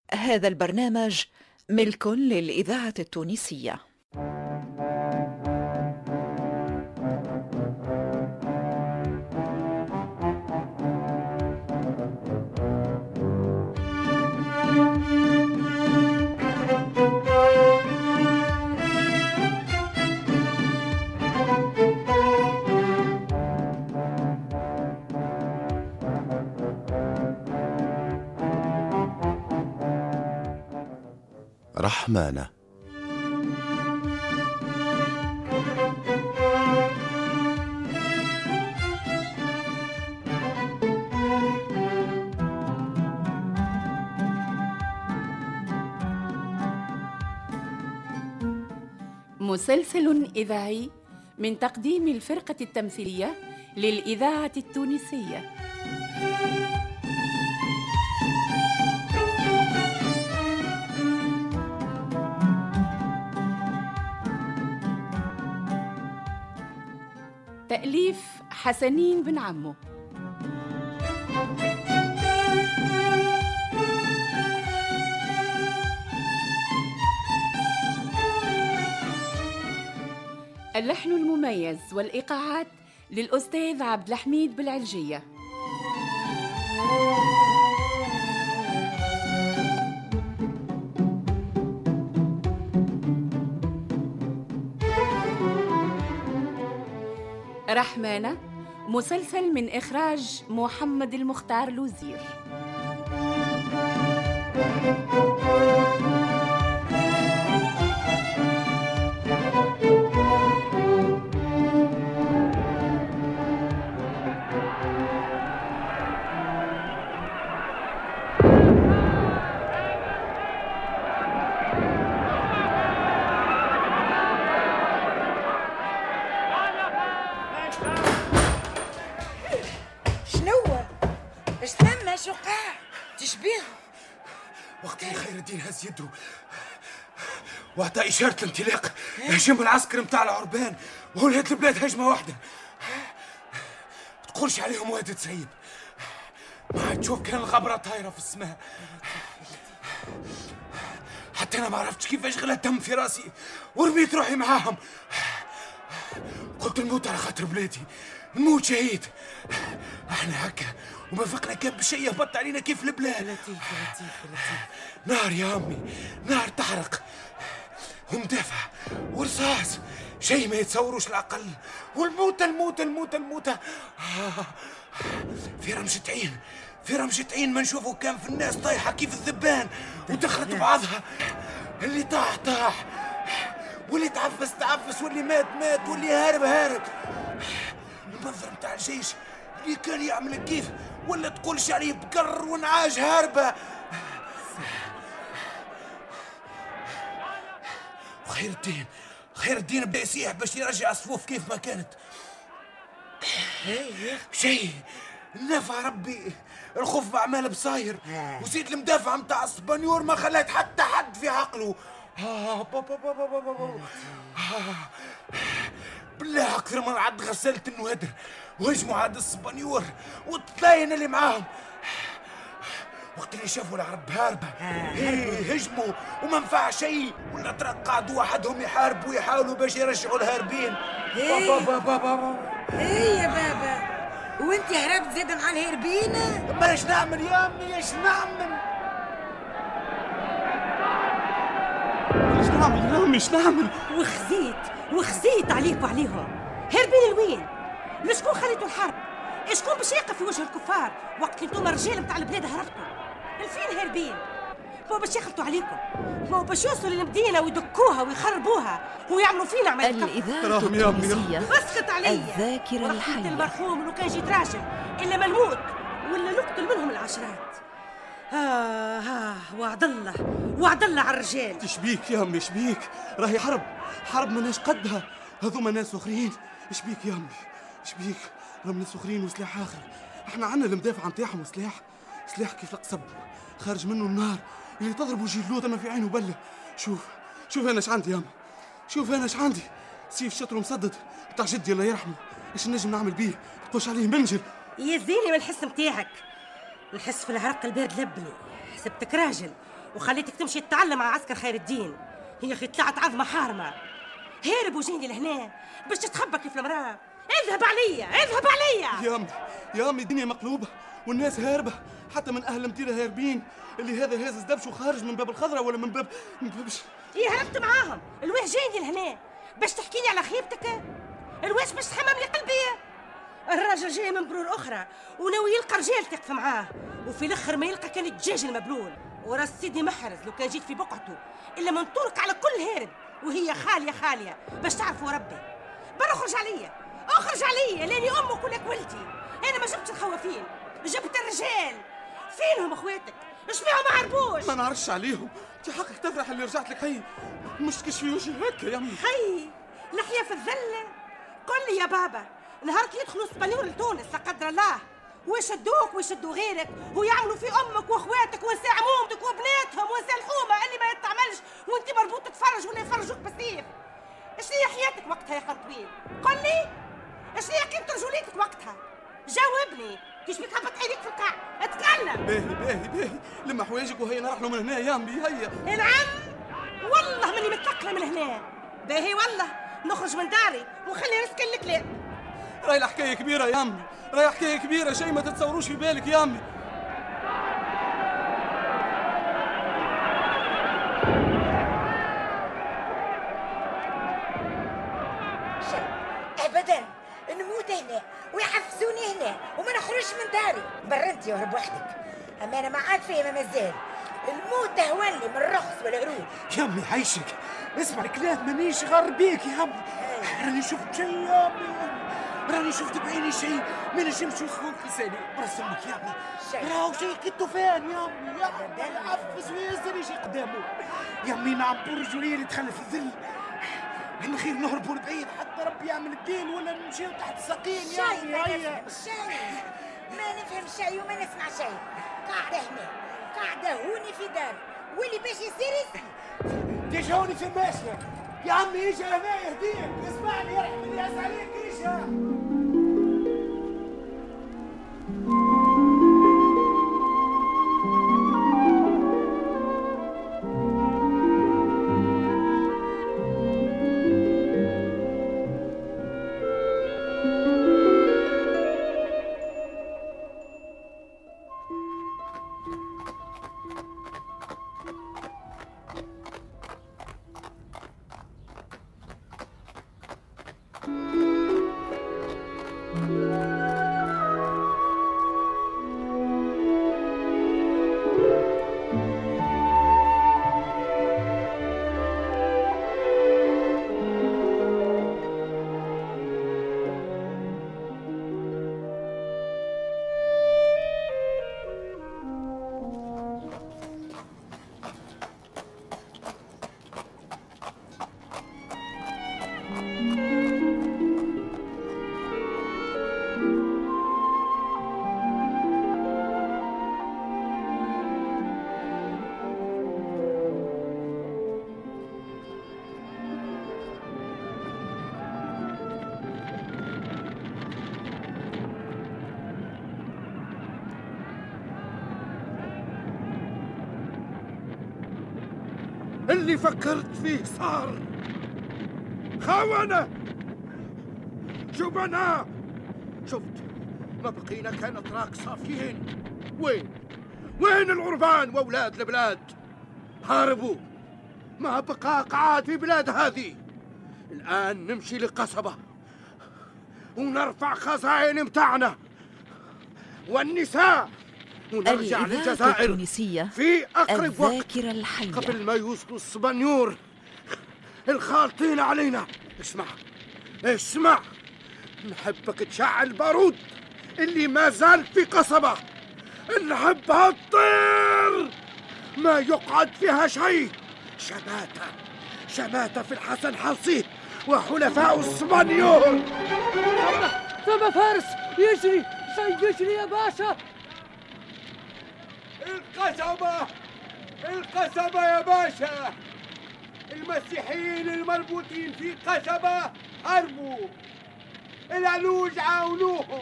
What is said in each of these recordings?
هذا البرنامج ملك للإذاعة التونسية. رحمانة. مسلسل إذاعي من تقديم الفرقة التمثيلية للإذاعة التونسية. تأليف حسنين بن عمو. اللحن المميز والإيقاعات للأستاذ عبد الحميد بالعلجية. رحمانة مسلسل من إخراج محمد المختار لوزير. وقت خير الدين هز يده وعطى إشارة الانطلاق. هجم العسكر متاع العربان وولات البلاد هجمة واحدة. تقولش عليهم واد تسيب، ما تشوف كان الغبرة طايرة في السماء. حتى أنا ما عرفتش كيفاش غلى الدم في راسي ورميت روحي معاهم. قلت نموت على خاطر بلادي، نموت شهيد. احنا هكا وما فقنا كان بشي يهبط علينا كيف البلاد. لطيف. نار يا امي، نار تحرق ومدافع ورصاص، شيء ما يتصوروش العقل. والموتة في رمشة عين ما نشوفه كان في الناس طايحة كيف الذبان ودخلت بعضها. اللي طاح واللي تعفس واللي مات واللي هارب. المنظر متاع الجيش اللي كان يعمل كيف ولا تقولش عليه بقر ونعاج هاربة. خير الدين بدا يسيح باش يرجع الصفوف كيف ما كانت. شيء نفع ربي الخوف بعمال بصاير وزيد المدافع متاع السبانيور ما خلات حتى حد في عقله. بالله أكثر من عد غسلت النوادر وهجموا عاد السبانيور والطلاين اللي معاهم. وقت اللي شافوا العرب هاربة هجموا وما نفع شيء، ولا ترقعوا وحدهم يحاربوا ويحاولوا باش يرجعوا الهاربين. ايه يا بابا، وانت هربت زيادة مع الهاربين؟ ما ايش نعمل يا امي، ايش نعمل؟ وخزيت عليك وعليهم. هاربين لوين؟ لشكون خليتوا الحرب؟ شكون باش يقف في وجه الكفار وقت اللي انتم رجال متاع البلاد هربتوا؟ الفين هاربين؟ هو باش يخلطوا عليكم، هو باش يوصلوا للمدينة ويدكوها ويخربوها ويعملوا فينا عمل الإذاعة التونسية. اسكت عليا. الذاكرة الحية. المرحوم لو كان جيت راجل إلا ملموت ولا نقتل منهم العشرات. وعد الله على الرجال. تشبيك يا امي شبيك؟ راهي حرب مناش قدها، هذوما ناس اخرين. شبيك يا امي شبيك؟ راهم ناس اخرين وسلاح اخر. احنا عندنا المدافع نتاعهم سلاح كيف القصب خارج منه النار اللي تضرب وجه اللوطه ما في عينه بله. شوف انا اش عندي يا امي، شوف انا اش عندي. سيف شطر مسدد بتاع جدي الله يرحمه. ايش نجم نعمل بيه؟ تقولش عليه منجل. يزيني من الحس متاعك، الحس في العرق البارد لبني. حسبتك راجل وخليتك تمشي تتعلم مع عسكر خير الدين. هي أخي طلعت عظمة حارمة. هارب وجيني لهنا باش تتخبى كيف المرأة. اذهب عليا اذهب عليا. يا أمي الدنيا مقلوبة والناس هاربة، حتى من أهل المديرة هاربين. اللي هذا هازز دبش وخارج من باب الخضرة ولا من بابش. إيه هربت معاهم. الواه جايني لهنا باش تحكيني على خيبتك. الواش باش تحمم لي قلبي. الراجل جاي من برور أخرى وناوي يلقى رجال تقف معاه، وفي الآخر ما يلقى كان الدجاج المبلول. وراس سيدي محرز لو كان جيت في بقعته إلا منطورك على كل هارب، وهي خالية باش تعرفوا ربي. برا اخرج عليا لاني أمك ولك ولدي. أنا ما جبت الخوافين، جبت الرجال. فينهم اخواتك؟ اش بيهم ما عرفوش؟ ما نعرفش عليهم. انت حقك تفرح اللي رجعت لك حي، مش تكشفي وجهي هكا يا امي. حي لحية في الذلة. قل لي يا بابا، نهار يدخلوا اسبانيول لتونس لا قدر الله ويشدوك ويشدوا غيرك ويعملوا في امك واخواتك ونساء عمومتك وبناتهم ونساء الحومه اللي ما يتعملش وانت مربوط تتفرج ولا يفرجوك بالسيف. اش هي حياتك وقتها يا قنطويل؟ قل لي اش هي قيمة رجوليتك وقتها؟ جاوبني. كيش بك هبط عينيك في القاع؟ اتكلم. باهي لما حوايجك وهي نرحلوا من هنا يا امي. هيا نعم والله ماني متثقله من هنا. باهي والله نخرج من داري وخلي نسكن الكلاب. راهي الحكايه كبيره يا امي، راهي حكايه كبيره، شيء ما تتصوروش في بالك يا امي. ابدا نموت هنا ويحفزوني هنا وما نخرجش من داري. برنت يهرب وحدك، اما انا ما عاد فيها مازال. الموت هولي من الرخص والعروج. يا امي عيشك، اسمع الكلام مانيش غار بيك يا امي. راني شفت شيء يا امي، راني شفت بعيني شيء ما نجمش يوصفوه لساني. براس امك يا امي، راهو شيء كالطوفان يا امي. يا امي يعفس ويهزر يجي قدامه. يا امي نعم رجولي اللي دخل في الذل. احنا خير نهربوا لبعيد حتى ربي يعمل الدين ولا نمشيو تحت الساقين يا امي. هيا ما نفهم شيء وما نسمع شيء. قاعدة هنا قاعدة هوني في داري واللي باش يصير يصير. تجوني في ماشية يا عمي. اجا هنا يهديك، اسمعني يرحم اللي يعز عليك. اجا اللي فكرت فيه صار. خونة جبناء. شفت ما بقينا كان اتراك صافيين. وين العربان واولاد البلاد؟ هاربوا، ما بقى قعاد في بلاد هذه. الآن نمشي لقصبة ونرفع خزائن متاعنا والنساء ونرجع للجزائر في أقرب وقت قبل ما يوصلوا الصبانيور الخالطين علينا. اسمع نحبك تشعل البارود اللي ما زال في قصبة. نحبها تطير ما يقعد فيها شيء. شماتة في الحسن حصيه وحلفاء الصبانيور. ثم فارس يجري يا باشا. القصبة يا باشا. المسيحيين المربوطين في قصبة هربوا. العلوج عاونوهم،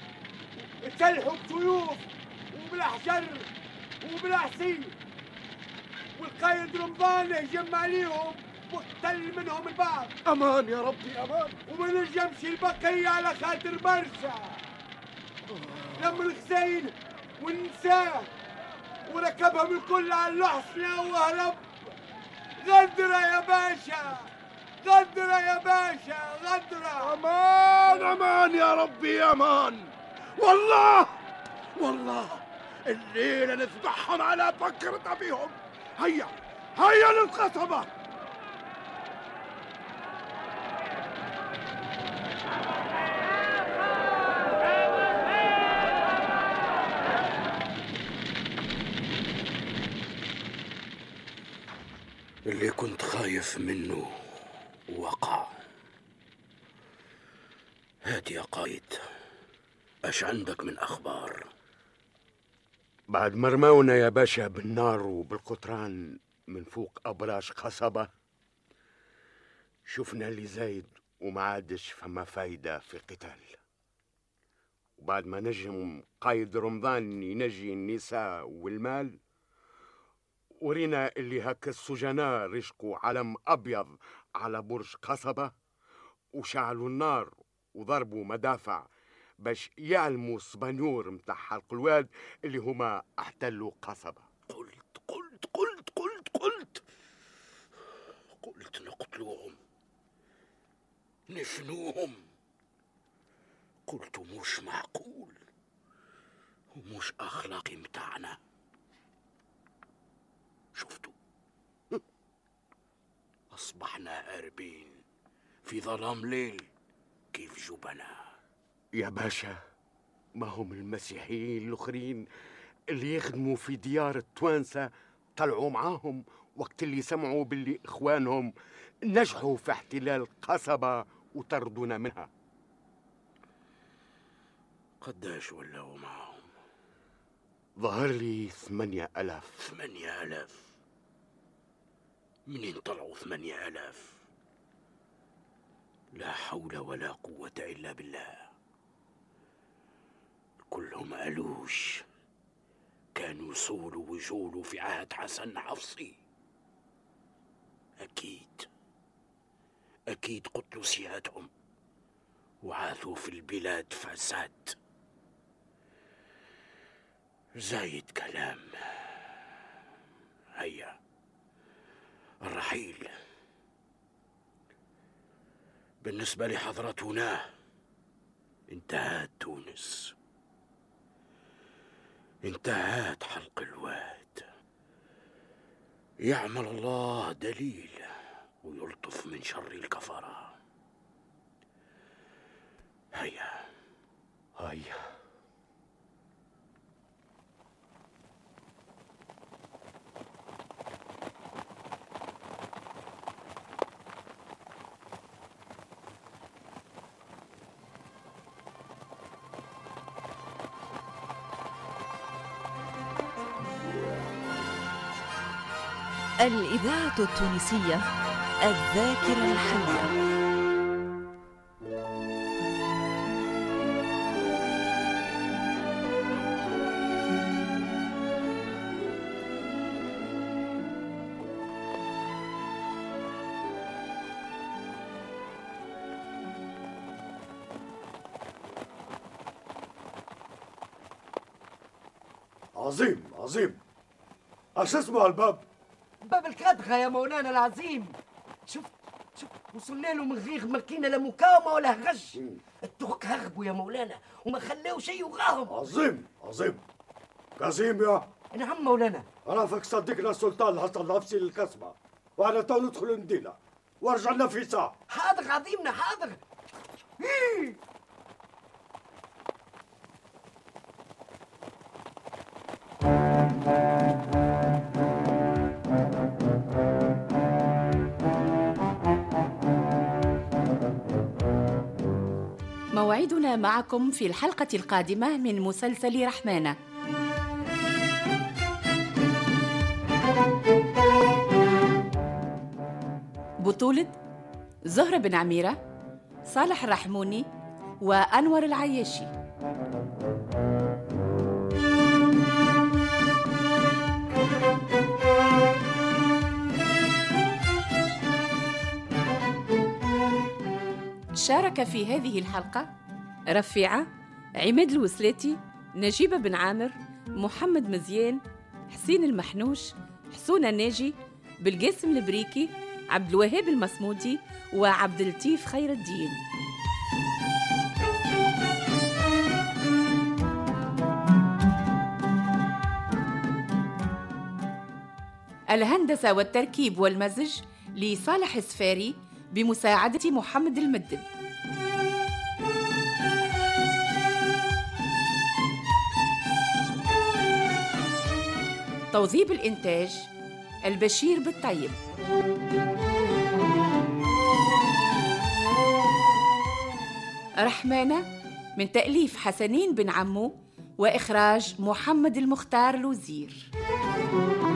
اتسلحوا بسيوف وبالحجر وبالعصي. والقايد رمضان هجم عليهم واقتل منهم البعض. امان يا ربي امان. وما نجمش البقية على خاطر برشا. لم الخزين والنساء وركبهم الكل على الحصنة وهرب. غدرة يا باشا، غدرة يا باشا، غدرة. امان امان يا ربي امان. والله الليلة نذبحهم على بكرة أبيهم. هيا للقصبة. اللي كنت خايف منه وقع. هات يا قايد، اش عندك من اخبار؟ بعد مرمونا يا باشا بالنار وبالقطران من فوق ابراج قصبة، شفنا اللي زايد وما عادش فما فايدة في قتال. وبعد ما نجم قايد رمضان ينجي النساء والمال، ورينا اللي هكا السجناء رشقوا علم أبيض على برج قصبة وشعلوا النار وضربوا مدافع باش يعلموا الصبانيور متاع حلق الواد اللي هما احتلوا قصبة. قلت نقتلوهم نفنوهم. قلت مش معقول ومش أخلاقي متاعنا. شفتوا أصبحنا هاربين في ظلام ليل كيف جبنا. يا باشا ما هم المسيحيين الأخرين اللي يخدموا في ديار التوانسة طلعوا معاهم وقت اللي سمعوا باللي إخوانهم نجحوا في احتلال قصبة وطردونا منها. قداش ولوا معهم؟ ظهر لي 8000. 8000؟ منين طلعوا 8000؟ لا حول ولا قوة إلا بالله. كلهم ألوش كانوا يصولوا ويجولوا في عهد حسن حفصي. أكيد قتلوا سيادهم وعاثوا في البلاد فساد. زايد كلام. هيا الرحيل. بالنسبة لحضرتنا انتهت تونس، انتهت حلق الواد. يعمل الله دليل ويلطف من شر الكفرة. هيا. الإذاعة التونسية الذاكرة الحية. عظيم. اش اسمه الباب؟ باب الكدغة يا مولانا العظيم. شوف وصلنا له من غير ما لقينا لا مكاومة ولا غش. الترك هربوا يا مولانا وما خلاو شيء وغاهم. عظيم. كازيم يا نعم مولانا. رافق صدقنا السلطان حصل نفسي للقصبة وانا تو ندخل المدينة ورجعنا في ساعة. حاضر عظيمنا حاضر. موعدنا معكم في الحلقة القادمة من مسلسل رحمانة. بطولة زهرة بن عميرة، صالح الرحموني، وأنور العياشي. شارك في هذه الحلقة رفيعة، عماد الوسلاتي، نجيبة بن عامر، محمد مزيان، حسين المحنوش، حسون الناجي، بالقاسم البريكي، عبد الوهاب المصمودي، وعبد اللطيف خير الدين. الهندسة والتركيب والمزج لصالح السفاري بمساعدة محمد المدب. توظيف الإنتاج البشير بالطيب. رحمانة من تأليف حسنين بن عمو وإخراج محمد المختار الوزير.